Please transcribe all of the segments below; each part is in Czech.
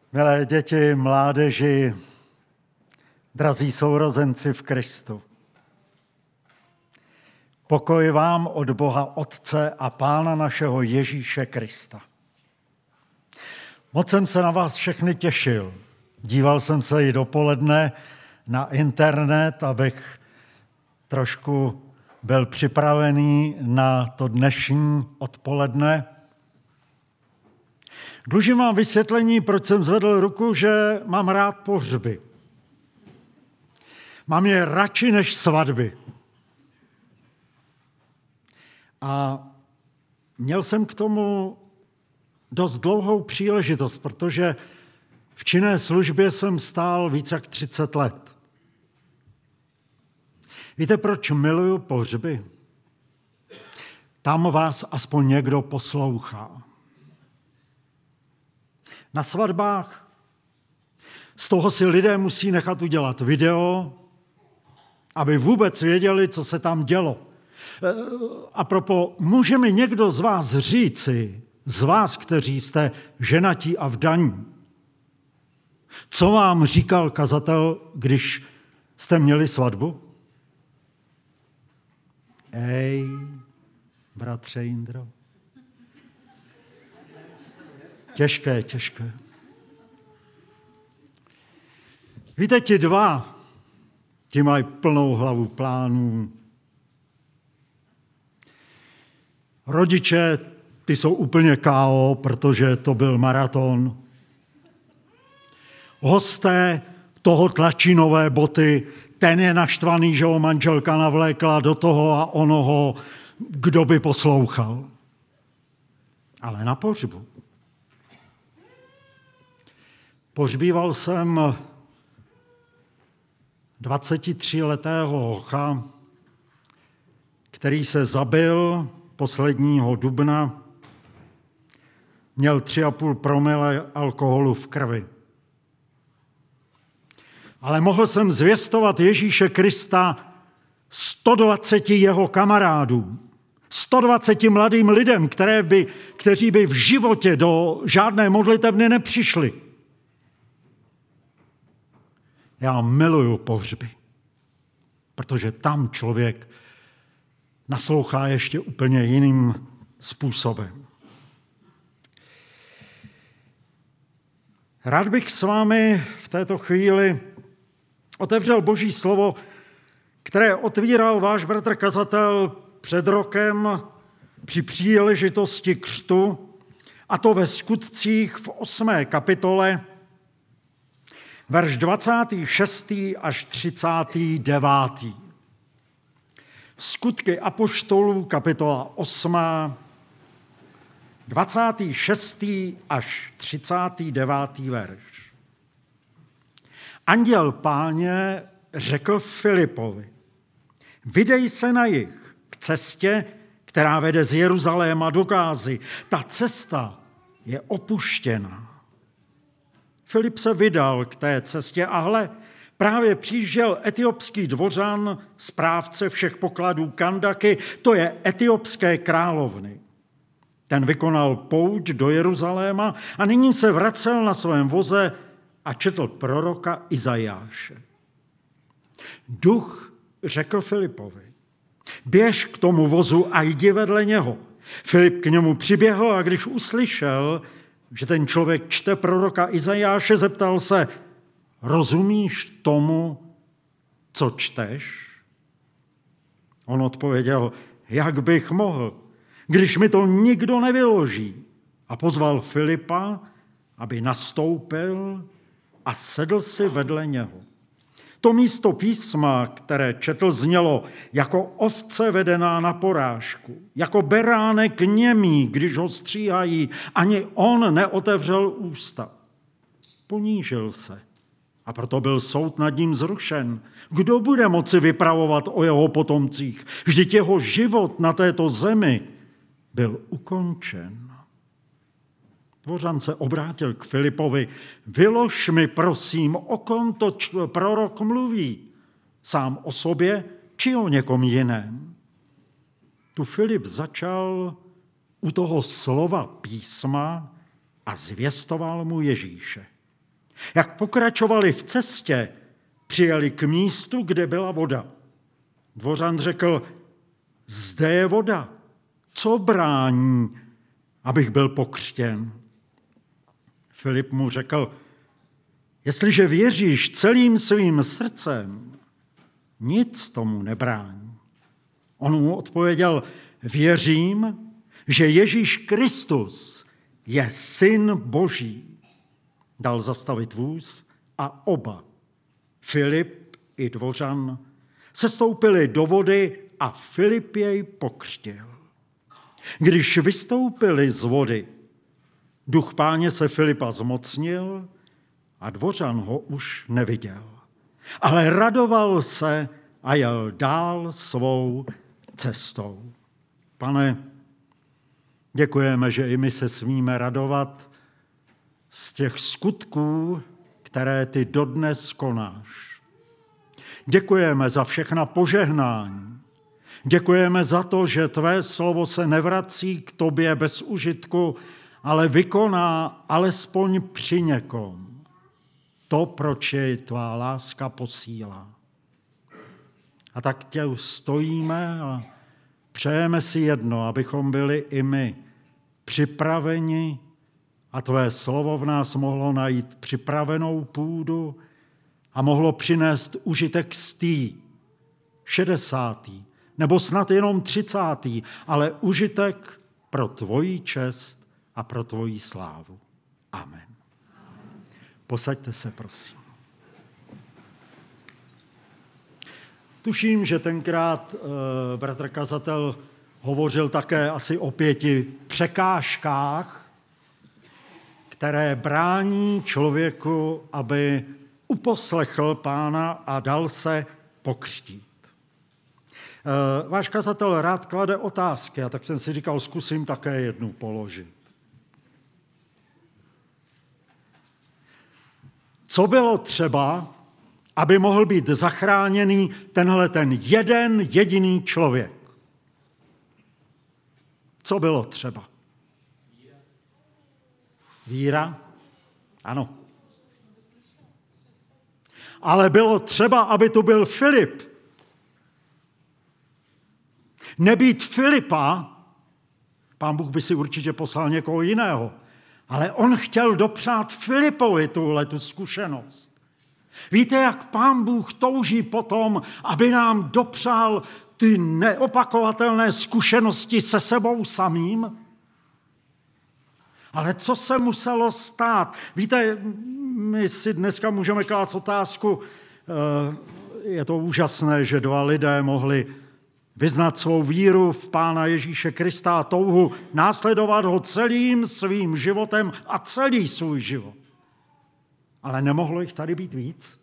Milé děti, mládeži, drazí sourozenci v Kristu. Pokoj vám od Boha Otce a Pána našeho Ježíše Krista. Moc jsem se na vás všechny těšil. Díval jsem se i dopoledne na internet, abych trošku byl připravený na to dnešní odpoledne. Dlužím vám vysvětlení, proč jsem zvedl ruku, že mám rád pohřby. Mám je radši než svatby. A měl jsem k tomu dost dlouhou příležitost, protože v činné službě jsem stál více jak 30 let. Víte, proč miluju pohřby? Tam vás aspoň někdo poslouchá. Na svatbách z toho si lidé musí nechat udělat video, aby vůbec věděli, co se tam dělo. A propos, může mi někdo z vás říci, z vás, kteří jste ženatí a vdaní, co vám říkal kazatel, když jste měli svatbu? Bratře Jindro. Těžké. Víte, ti dva, ti mají plnou hlavu plánů. Rodiče, ty jsou úplně KO, protože to byl maraton. Hosté toho tlačí nové boty, ten je naštvaný, že ho manželka navlékla do toho a onoho, kdo by poslouchal. Ale na pohřbu. Pohřbíval jsem 23letého hocha, který se zabil posledního dubna, měl 3,5 promile alkoholu v krvi. Ale mohl jsem zvěstovat Ježíše Krista 120 jeho kamarádům, 120 mladým lidem, kteří by v životě do žádné modlitebny nepřišli. Já miluju pohřby, protože tam člověk naslouchá ještě úplně jiným způsobem. Rád bych s vámi v této chvíli otevřel Boží slovo, které otvíral váš bratr kazatel před rokem při příležitosti křtu, a to ve Skutcích v 8. kapitole, verš 26. až 39. Skutky apoštolů, kapitola 8, 26. až 39. verš. Anděl Páně řekl Filipovi: vydej se na jih k cestě, která vede z Jeruzaléma do Gázy. Ta cesta je opuštěná. Filip se vydal k té cestě a hle, právě přijížděl etiopský dvořan, správce všech pokladů Kandaky, to je etiopské královny. Ten vykonal pouť do Jeruzaléma a nyní se vracel na svém voze a četl proroka Izajáše. Duch řekl Filipovi: běž k tomu vozu a jdi vedle něho. Filip k němu přiběhl a když uslyšel, že ten člověk čte proroka Izajáše, zeptal se: rozumíš tomu, co čteš? On odpověděl: jak bych mohl, když mi to nikdo nevyloží. A pozval Filipa, aby nastoupil a sedl si vedle něho. To místo písma, které četl, znělo: jako ovce vedená na porážku, jako beránek němý, když ho stříhají, ani on neotevřel ústa. Ponížil se a proto byl soud nad ním zrušen. Kdo bude moci vypravovat o jeho potomcích? Vždyť jeho život na této zemi byl ukončen. Dvořan se obrátil k Filipovi: vylož mi, prosím, o kom to prorok mluví, sám o sobě či o někom jiném. Tu Filip začal u toho slova písma a zvěstoval mu Ježíše. Jak pokračovali v cestě, přijeli k místu, kde byla voda. Dvořan řekl, zde je voda, co brání, abych byl pokřtěn? Filip mu řekl, jestliže věříš celým svým srdcem, nic tomu nebrání. On mu odpověděl, věřím, že Ježíš Kristus je Syn Boží. Dal zastavit vůz a oba, Filip i Dvořan, sestoupili do vody a Filip jej pokřtil. Když vystoupili z vody, duch Páně se Filipa zmocnil a Dvořan ho už neviděl. Ale radoval se a jel dál svou cestou. Pane, děkujeme, že i my se smíme radovat z těch skutků, které ty dodnes konáš. Děkujeme za všechna požehnání. Děkujeme za to, že tvé slovo se nevrací k tobě bez užitku, ale vykoná alespoň při někom to, proč jej tvá láska posílá. A tak tě stojíme a přejeme si jedno, abychom byli i my připraveni a tvé slovo v nás mohlo najít připravenou půdu a mohlo přinést užitek 100, 60, nebo snad jenom 30, ale užitek pro tvoji čest a pro tvoji slávu. Amen. Posaďte se, prosím. Tuším, že tenkrát bratr kazatel hovořil také asi o 5 překážkách, které brání člověku, aby uposlechl Pána a dal se pokřtít. Váš kazatel rád klade otázky, a tak jsem si říkal, zkusím také jednu položit. Co bylo třeba, aby mohl být zachráněný tenhle ten jeden jediný člověk? Co bylo třeba? Víra? Ano. Ale bylo třeba, aby tu byl Filip. Nebýt Filipa, Pán Bůh by si určitě poslal někoho jiného, ale on chtěl dopřát Filipovi tuhletu zkušenost. Víte, jak Pán Bůh touží potom, aby nám dopřál ty neopakovatelné zkušenosti se sebou samým? Ale co se muselo stát? Víte, my si dneska můžeme klást otázku, je to úžasné, že 2 lidé mohli vyznat svou víru v Pána Ježíše Krista a touhu následovat ho celým svým životem a celý svůj život. Ale nemohlo jich tady být víc?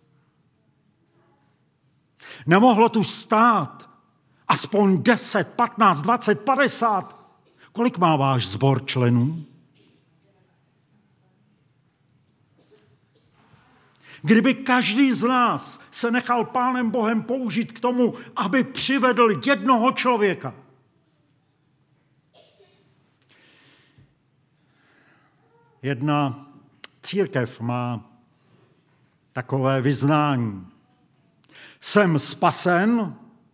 Nemohlo tu stát aspoň 10, 15, 20, 50? Kolik má váš sbor členů? Kdyby každý z nás se nechal Pánem Bohem použít k tomu, aby přivedl jednoho člověka. Jedna církev má takové vyznání. Jsem spasen,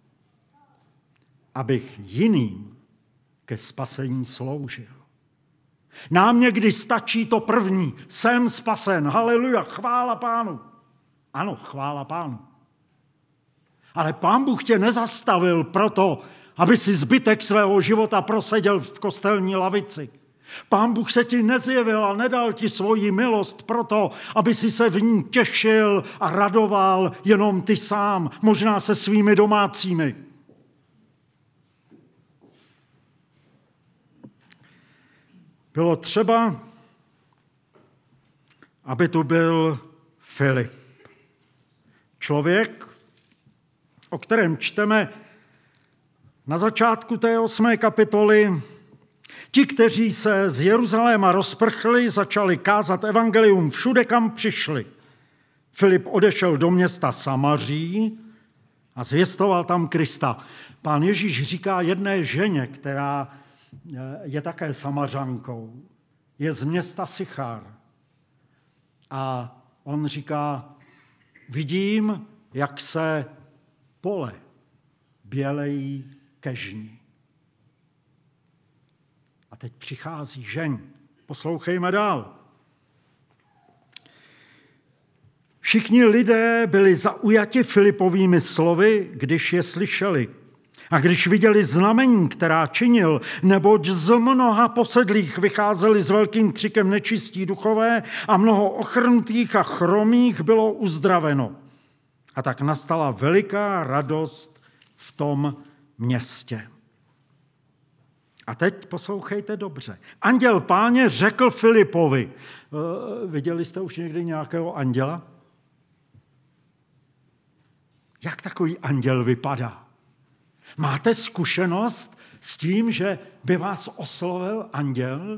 abych jiným ke spasení sloužil. Nám někdy stačí to první. Jsem spasen. Haleluja. Chvála Pánu. Ano, chvála Pánu. Ale Pán Bůh tě nezastavil proto, aby si zbytek svého života proseděl v kostelní lavici. Pán Bůh se ti nezjevil a nedal ti svoji milost proto, aby si se v ní těšil a radoval jenom ty sám, možná se svými domácími. Bylo třeba, aby tu byl Filip. Člověk, o kterém čteme na začátku té 8. kapitoly. Ti, kteří se z Jeruzaléma rozprchli, začali kázat evangelium všude, kam přišli. Filip odešel do města Samaří a zvěstoval tam Krista. Pán Ježíš říká jedné ženě, která je také Samařankou, je z města Sychar. A on říká, vidím, jak se pole bělejí ke žni. A teď přichází žeň. Poslouchejme dál. Všichni lidé byli zaujati Filipovými slovy, když je slyšeli. A když viděli znamení, která činil, neboť z mnoha posedlých vycházeli s velkým křikem nečistí duchové a mnoho ochrnutých a chromých bylo uzdraveno. A tak nastala veliká radost v tom městě. A teď poslouchejte dobře. Anděl Páně řekl Filipovi. Viděli jste už někdy nějakého anděla? Jak takový anděl vypadá? Máte zkušenost s tím, že by vás oslovil anděl?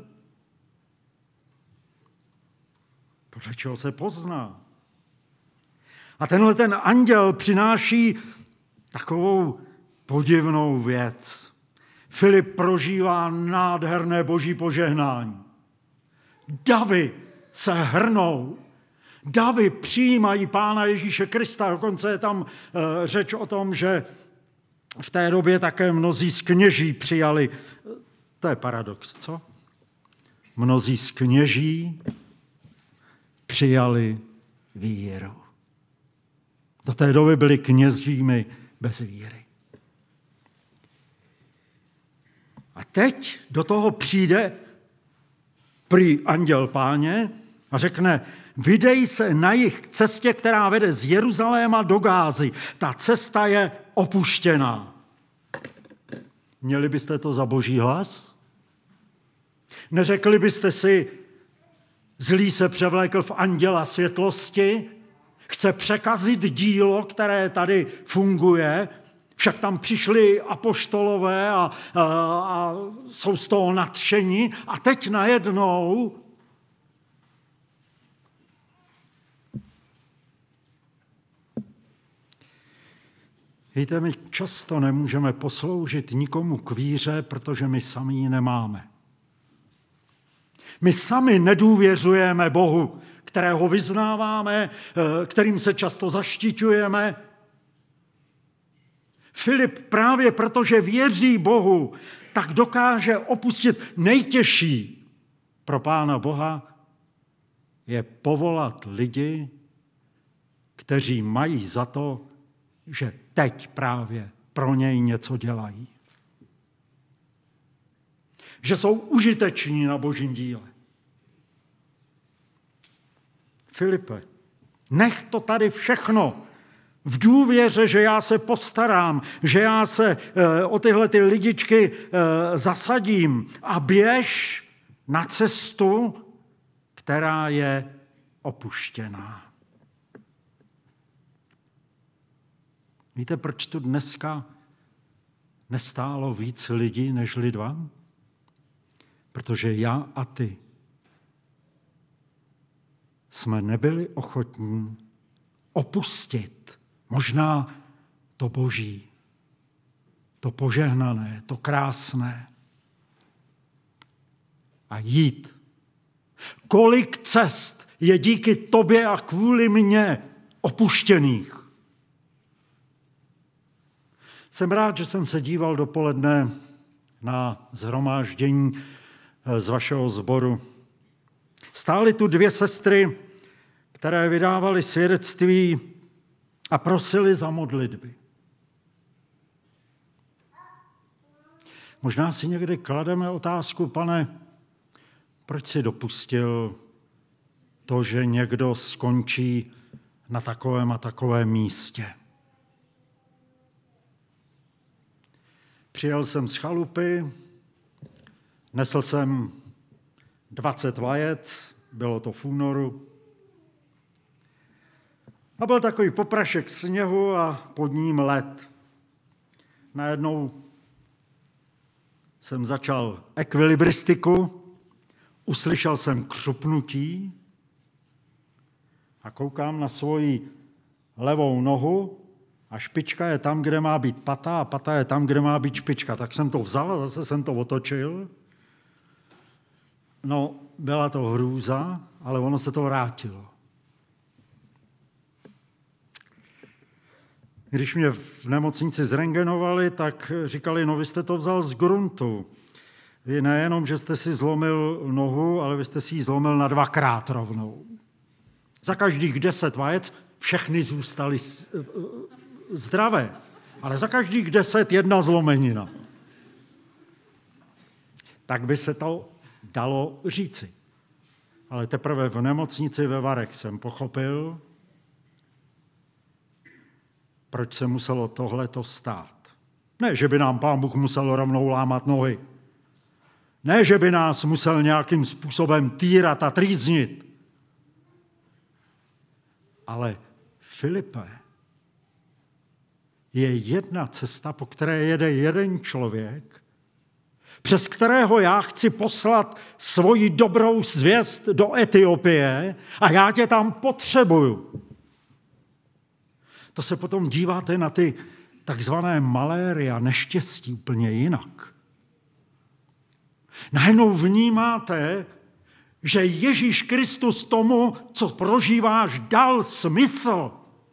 Podle čeho se pozná? A tenhle ten anděl přináší takovou podivnou věc. Filip prožívá nádherné boží požehnání. Davy se hrnou. Davy přijímají Pána Ježíše Krista. Dokonce je tam řeč o tom, že v té době také mnozí z kněží přijali. To je paradox, co? Mnozí z kněží přijali víru. Do té doby byli kněžími bez víry. A teď do toho přijde prý anděl Páně a řekne, vydej se na jih k cestě, která vede z Jeruzaléma do Gázy. Ta cesta je opuštěná. Měli byste to za boží hlas? Neřekli byste si, zlý se převlékl v anděla světlosti, chce překazit dílo, které tady funguje, však tam přišli apoštolové a jsou z toho nadšení a teď najednou víte, my často nemůžeme posloužit nikomu k víře, protože my sami ji nemáme. My sami nedůvěřujeme Bohu, kterého vyznáváme, kterým se často zaštiťujeme. Filip právě protože věří Bohu, tak dokáže opustit nejtěžší pro Pána Boha je povolat lidi, kteří mají za to, že teď právě pro něj něco dělají. Že jsou užiteční na božím díle. Filipe, nech to tady všechno v důvěře, že já se postarám, že já se o tyhle ty lidičky zasadím a běž na cestu, která je opuštěná. Víte, proč tu dneska nestálo víc lidí než dva? Protože já a ty jsme nebyli ochotní opustit možná to boží, to požehnané, to krásné a jít. Kolik cest je díky tobě a kvůli mně opuštěných. Jsem rád, že jsem se díval dopoledne na shromáždění z vašeho sboru. Stály tu dvě sestry, které vydávaly svědectví a prosili za modlitby. Možná si někdy klademe otázku, Pane, proč jsi dopustil to, že někdo skončí na takovém a takovém místě. Přijel jsem z chalupy, nesl jsem 20 vajec, bylo to v únoru. A byl takový poprašek sněhu a pod ním led. Najednou jsem začal ekvilibristiku, uslyšel jsem křupnutí a koukám na svoji levou nohu a špička je tam, kde má být pata a pata je tam, kde má být špička. Tak jsem to vzal a zase jsem to otočil. No, byla to hrůza, ale ono se to vrátilo. Když mě v nemocnici zrentgenovali, tak říkali, no vy jste to vzal z gruntu. Vy nejenom, že jste si zlomil nohu, ale vy jste si ji zlomil na 2krát rovnou. Za každých 10 vajec všechny zůstaly zdravé, ale za každých 10 jedna zlomenina. Tak by se to dalo říci. Ale teprve v nemocnici ve Varech jsem pochopil, proč se muselo tohleto stát. Ne, že by nám Pán Bůh musel rovnou lámat nohy. Ne, že by nás musel nějakým způsobem týrat a trýznit. Ale Filipe, je jedna cesta, po které jede jeden člověk, přes kterého já chci poslat svoji dobrou zvěst do Etiopie a já tě tam potřebuju. To se potom díváte na ty takzvané maléry a neštěstí úplně jinak. Najednou vnímáte, že Ježíš Kristus tomu, co prožíváš, dal smysl.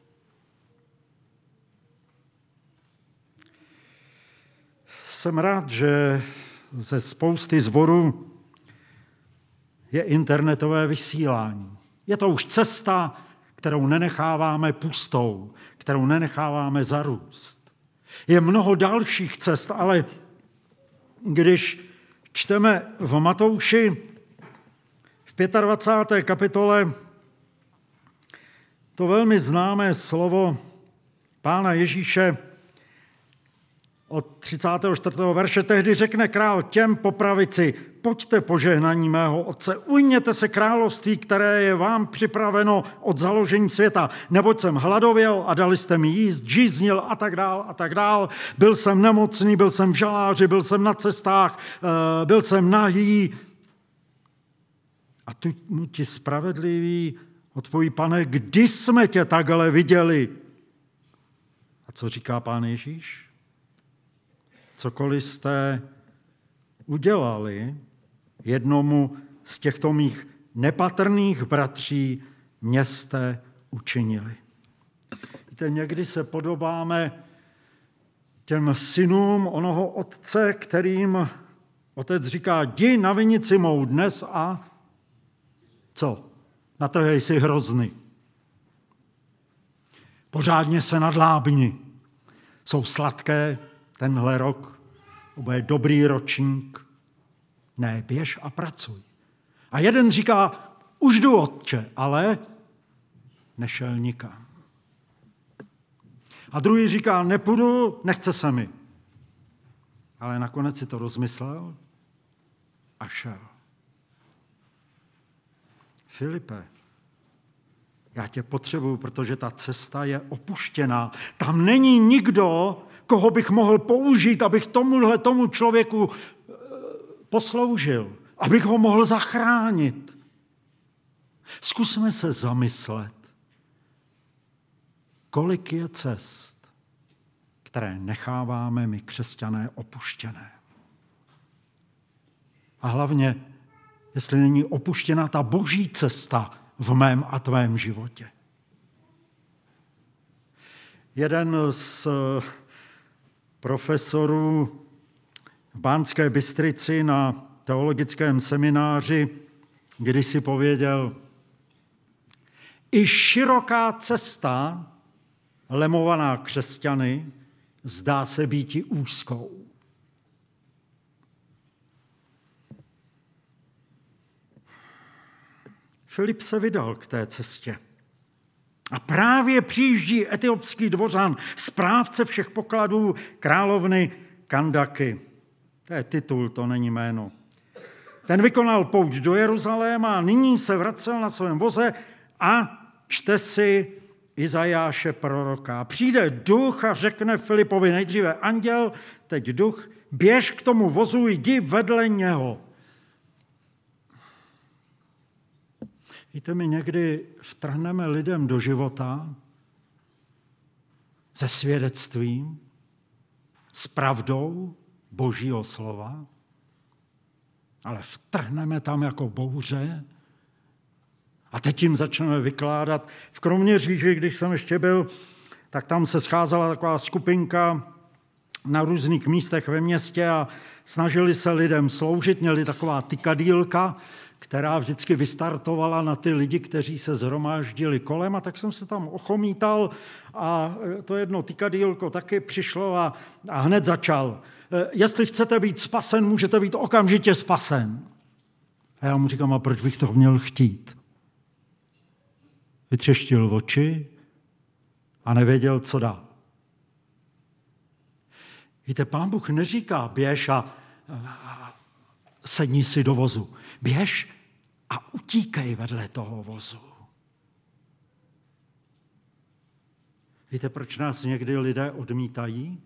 Jsem rád, že ze spousty sborů je internetové vysílání. Je to už cesta, kterou nenecháváme pustou, kterou nenecháváme zarůst. Je mnoho dalších cest, ale když čteme v Matouši v 25. kapitole to velmi známé slovo Pána Ježíše od 34. verše, tehdy řekne král těm po pravici, pojďte požehnaní mého Otce, ujměte se království, které je vám připraveno od založení světa, neboť jsem hladověl a dali jste mi jíst, žíznil a tak dál. Byl jsem nemocný, byl jsem v žaláři, byl jsem na cestách, byl jsem nahý. A tu mu ti spravedliví odpoví, Pane, kdy jsme tě takhle viděli? A co říká Pán Ježíš? Cokoliv jste udělali jednomu z těchto mých nepatrných bratří, mě jste učinili. Víte, někdy se podobáme těm synům onoho otce, kterým otec říká, jdi na vinici mou dnes a co? Natrhej si hrozny. Pořádně se nadlábni. Jsou sladké tenhle rok, bude dobrý ročník. Ne, běž a pracuj. A jeden říká, už jdu, otče, ale nešel nikam. A druhý říká, nepůjdu, nechce se mi. Ale nakonec si to rozmyslel a šel. Filipe, já tě potřebuju, protože ta cesta je opuštěná. Tam není nikdo, koho bych mohl použít, abych tomu člověku posloužil, abych ho mohl zachránit. Zkusme se zamyslet, kolik je cest, které necháváme my křesťané opuštěné. A hlavně, jestli není opuštěna ta boží cesta v mém a tvém životě. Jeden z profesorů v Banské Bystrici na teologickém semináři kdysi pověděl, i široká cesta, lemovaná křesťany, zdá se býti úzkou. Filip se vydal k té cestě. A právě přijíždí etiopský dvořan, správce všech pokladů královny Kandaky. To je titul, to není jméno. Ten vykonal pouť do Jeruzaléma a nyní se vracel na svém voze a čte si Izajáše proroka. Přijde duch a řekne Filipovi, nejdříve anděl, teď duch, běž k tomu vozu, jdi vedle něho. Víte, my někdy vtrhneme lidem do života se svědectvím, s pravdou Božího slova, ale vtrhneme tam jako bouře a teď jim začneme vykládat. V Kroměříži, když jsem ještě byl tak tam se scházela taková skupinka na různých místech ve městě a snažili se lidem sloužit, měli taková tykadýlka, která vždycky vystartovala na ty lidi, kteří se shromáždili kolem, a tak jsem se tam ochomítal a to jedno tykadýlko taky přišlo a hned začal. Jestli chcete být spasen, můžete být okamžitě spasen. A já mu říkám, a proč bych to měl chtít? Vytřeštil oči a nevěděl, co dá. Víte, Pán Bůh neříká, běž a sedni si do vozu. Běž a utíkej vedle toho vozu. Víte, proč nás někdy lidé odmítají?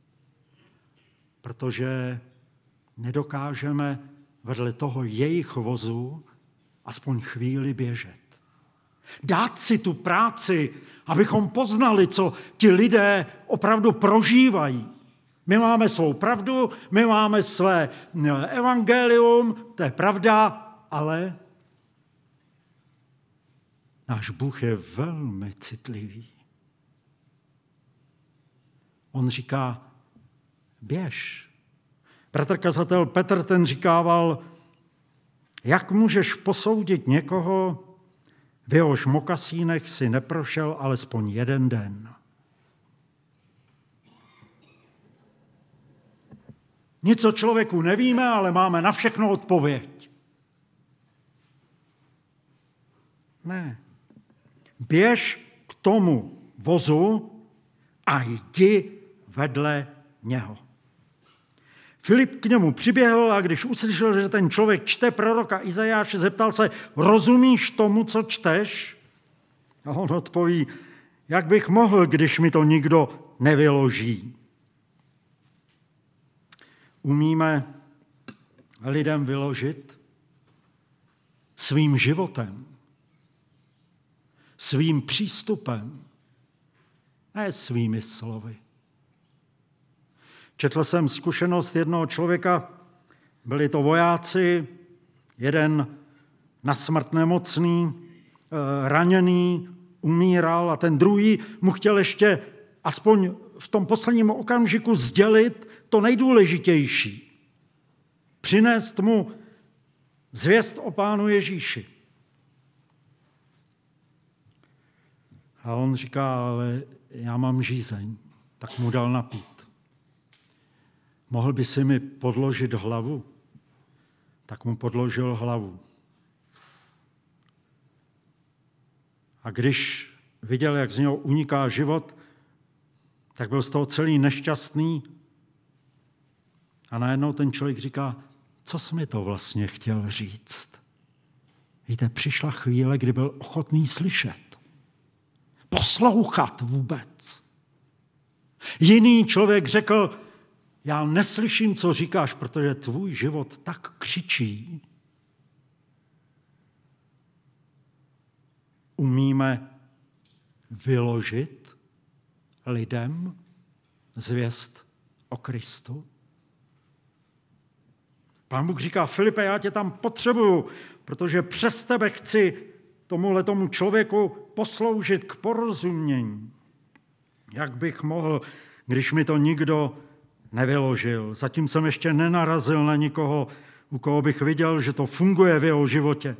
Protože nedokážeme vedle toho jejich vozu aspoň chvíli běžet. Dát si tu práci, abychom poznali, co ti lidé opravdu prožívají. My máme svou pravdu, my máme své evangelium, to je pravda, ale náš Bůh je velmi citlivý. On říká, běž. Bratr kazatel Petr ten říkával, jak můžeš posoudit někoho, v jehož mokasínech si neprošel alespoň jeden den. Nic o člověku nevíme, ale máme na všechno odpověď. Ne. Běž k tomu vozu a jdi vedle něho. Filip k němu přiběhl a když uslyšel, že ten člověk čte proroka Izajáše, zeptal se, rozumíš tomu, co čteš? A on odpoví, jak bych mohl, když mi to nikdo nevyloží. Umíme lidem vyložit svým životem, svým přístupem, ne svými slovy. Četl jsem zkušenost jednoho člověka, byli to vojáci, jeden na smrt nemocný, raněný, umíral a ten druhý mu chtěl ještě aspoň v tom posledním okamžiku sdělit to nejdůležitější. Přinést mu zvěst o Pánu Ježíši. A on říká, ale já mám žízeň, tak mu dal napít. Mohl by si mi podložit hlavu? Tak mu podložil hlavu. A když viděl, jak z něho uniká život, tak byl z toho celý nešťastný. A najednou ten člověk říká, co jsi mi to vlastně chtěl říct? Víte, přišla chvíle, kdy byl ochotný slyšet. Poslouchat vůbec. Jiný člověk řekl, já neslyším, co říkáš, protože tvůj život tak křičí. Umíme vyložit lidem zvěst o Kristu? Pán Bůh říká, Filipe, já tě tam potřebuju, protože přes tebe chci tomu člověku posloužit k porozumění. Jak bych mohl, když mi to nikdo nevyložil? Zatím jsem ještě nenarazil na nikoho, u koho bych viděl, že to funguje v jeho životě.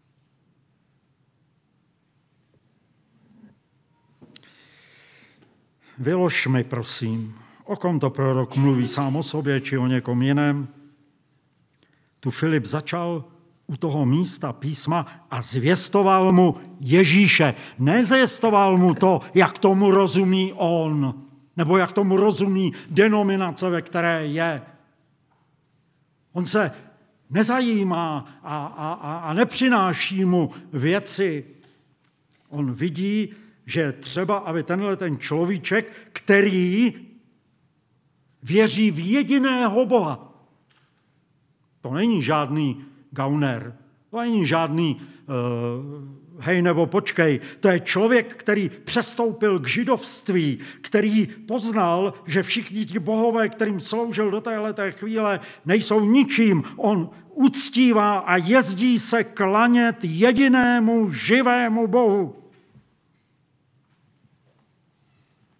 Vylož mi, prosím, o kom to prorok mluví, sám o sobě či o někom jiném. Tu Filip začal u toho místa písma a zvěstoval mu Ježíše. Nezvěstoval mu to, jak tomu rozumí on, nebo jak tomu rozumí denominace, ve které je. On se nezajímá a nepřináší mu věci. On vidí, že třeba, aby tenhle ten človíček, který věří v jediného Boha, to není žádný gauner, to není žádný hej nebo počkej, to je člověk, který přestoupil k židovství, který poznal, že všichni ti bohové, kterým sloužil do téhleté chvíle, nejsou ničím. On uctívá a jezdí se klanět jedinému živému Bohu.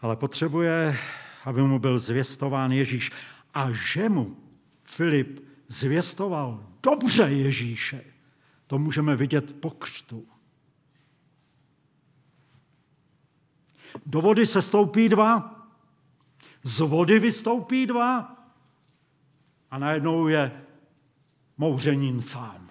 ale potřebuje, aby mu byl zvěstován Ježíš. A že mu Filip zvěstoval dobře Ježíše, to můžeme vidět po křtu. Do vody se stoupí dva, z vody vystoupí dva a najednou je mouřenín sám.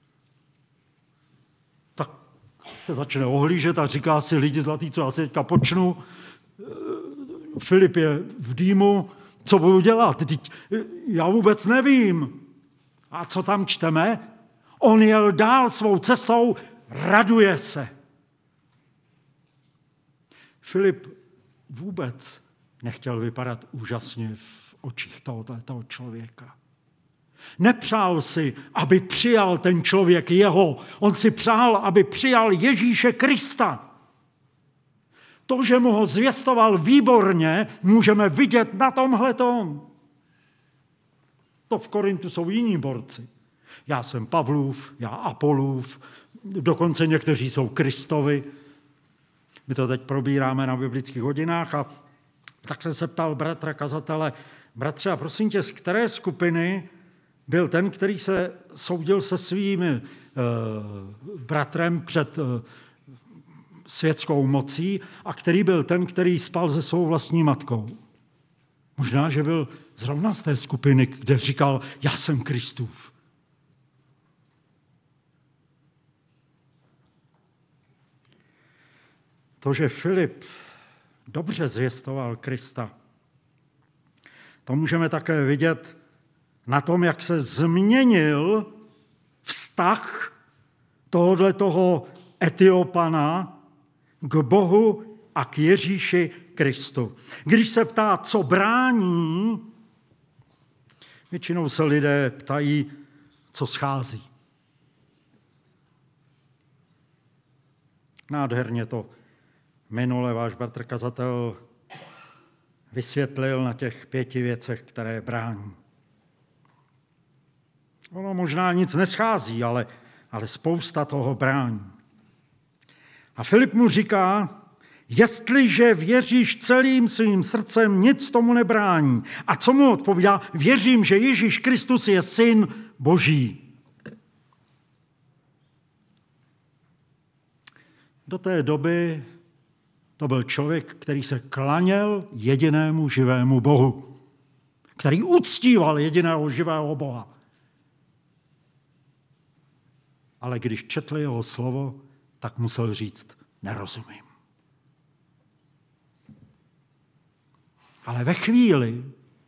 Tak se začne ohlížet a říká si lidi zlatý, co já si teďka počnu. Filip je v dýmu, co budu dělat? Já vůbec nevím. A co tam čteme? On jel dál svou cestou, raduje se. Filip vůbec nechtěl vypadat úžasně v očích tohoto člověka. Nepřál si, aby přijal ten člověk jeho. On si přál, aby přijal Ježíše Krista. To, že mu ho zvěstoval výborně, můžeme vidět na tomhletom. To v Korintu jsou jiní borci. Já jsem Pavlův, já Apolův, dokonce někteří jsou Kristovi. My to teď probíráme na biblických hodinách a tak jsem se ptal bratra kazatele, bratře, a prosím tě, z které skupiny byl ten, který se soudil se svým bratrem před světskou mocí a který byl ten, který spal se svou vlastní matkou? Možná, že byl zrovna z té skupiny, kde říkal, já jsem Kristův. To, že Filip dobře zvěstoval Krista, to můžeme také vidět na tom, jak se změnil vztah tohoto Etiopana k Bohu a k Ježíši Kristu. Když se ptá, co brání, většinou se lidé ptají, co schází. Nádherně to minule váš bratr kazatel vysvětlil na těch 5 věcech, které brání. Ono možná nic neschází, ale spousta toho brání. A Filip mu říká, jestliže věříš celým svým srdcem, nic tomu nebrání. A co mu odpovídá? Věřím, že Ježíš Kristus je syn Boží. Do té doby to byl člověk, který se klaněl jedinému živému Bohu, který uctíval jediného živého Boha. Ale když četl jeho slovo, tak musel říct, nerozumím. Ale ve chvíli,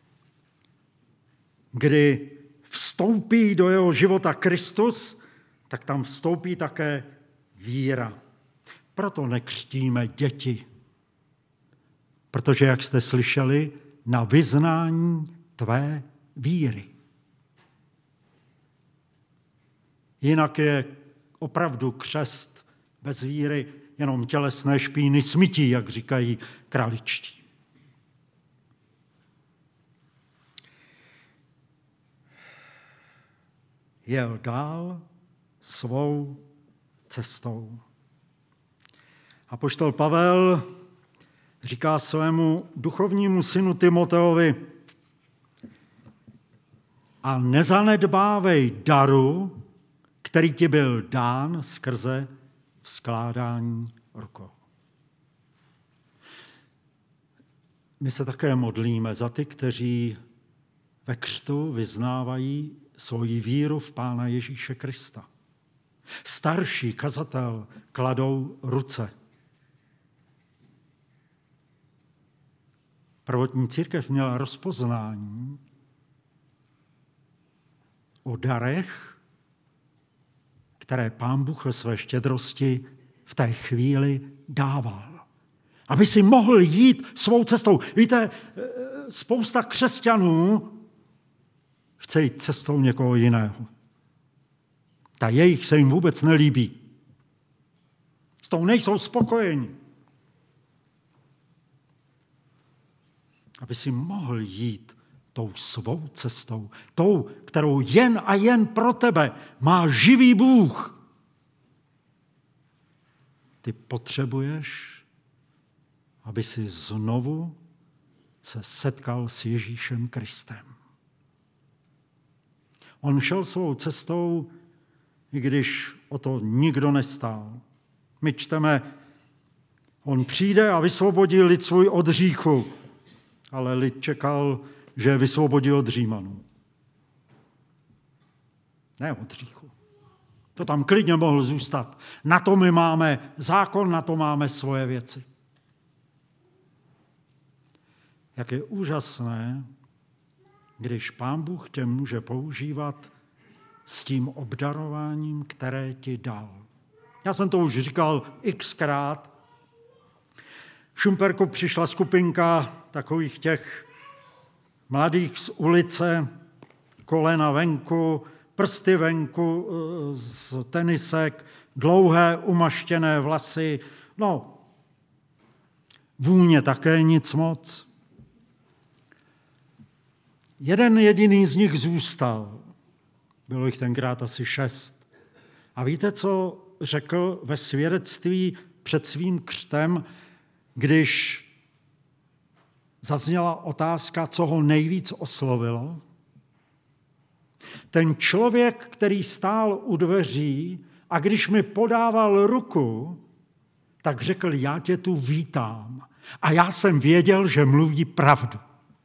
kdy vstoupí do jeho života Kristus, tak tam vstoupí také víra. Proto nekřtíme děti. Protože, jak jste slyšeli, na vyznání tvé víry. Jinak je opravdu křest bez víry jenom tělesné špíny smytí, jak říkají kraličtí. Jel dál svou cestou. Apoštol Pavel říká svému duchovnímu synu Timoteovi, a nezanedbávej daru, který ti byl dán skrze vzkládání rukou. My se také modlíme za ty, kteří ve křtu vyznávají svoji víru v Pána Ježíše Krista. Starší kazatel kladou ruce. Prvotní církev měla rozpoznání o darech, které Pán Bůh ve své štědrosti v té chvíli dával. Aby si mohl jít svou cestou. Víte, spousta křesťanů chce jít cestou někoho jiného. Ta jejich se jim vůbec nelíbí. S tou nejsou spokojeni. Aby si mohl jít tou svou cestou, tou, kterou jen a jen pro tebe má živý Bůh. Ty potřebuješ aby si znovu se setkal s Ježíšem Kristem. On šel svou cestou, i když o to nikdo nestál. My čteme, on přijde a vysvobodí lid svůj od hříchu, ale lid čekal, že je vysvobodí od Římanů. Ne od hříchu. To tam klidně mohl zůstat. Na to my máme zákon, na to máme svoje věci. Jak je úžasné, když Pán Bůh tě může používat s tím obdarováním, které ti dal. Já jsem to už říkal xkrát. V Šumperku přišla skupinka takových těch mladých z ulice, kolena venku, prsty venku z tenisek, dlouhé umaštěné vlasy, no, vůně také nic moc. Jeden jediný z nich zůstal. Bylo jich tenkrát asi 6. A víte, co řekl ve svědectví před svým křtem, když zazněla otázka, co ho nejvíc oslovilo? Ten člověk, který stál u dveří a když mi podával ruku, tak řekl, já tě tu vítám. A já jsem věděl, že mluví pravdu.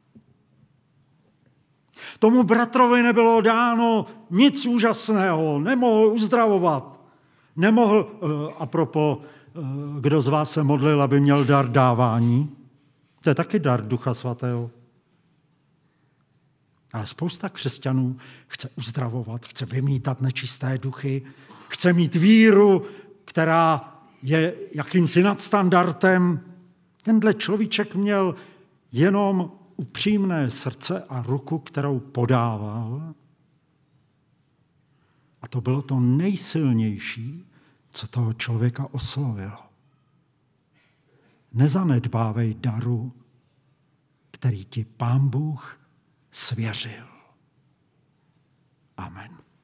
Tomu bratrovi nebylo dáno nic úžasného, nemohl uzdravovat. Nemohl, apropo, kdo z vás se modlil, aby měl dar dávání? To je taky dar Ducha Svatého. Ale spousta křesťanů chce uzdravovat, chce vymítat nečisté duchy, chce mít víru, která je jakýmsi nadstandardem. Tenhle človíček měl jenom upřímné srdce a ruku, kterou podával. A to bylo to nejsilnější, co toho člověka oslovilo. Nezanedbávej daru, který ti Pán Bůh svěřil. Amen.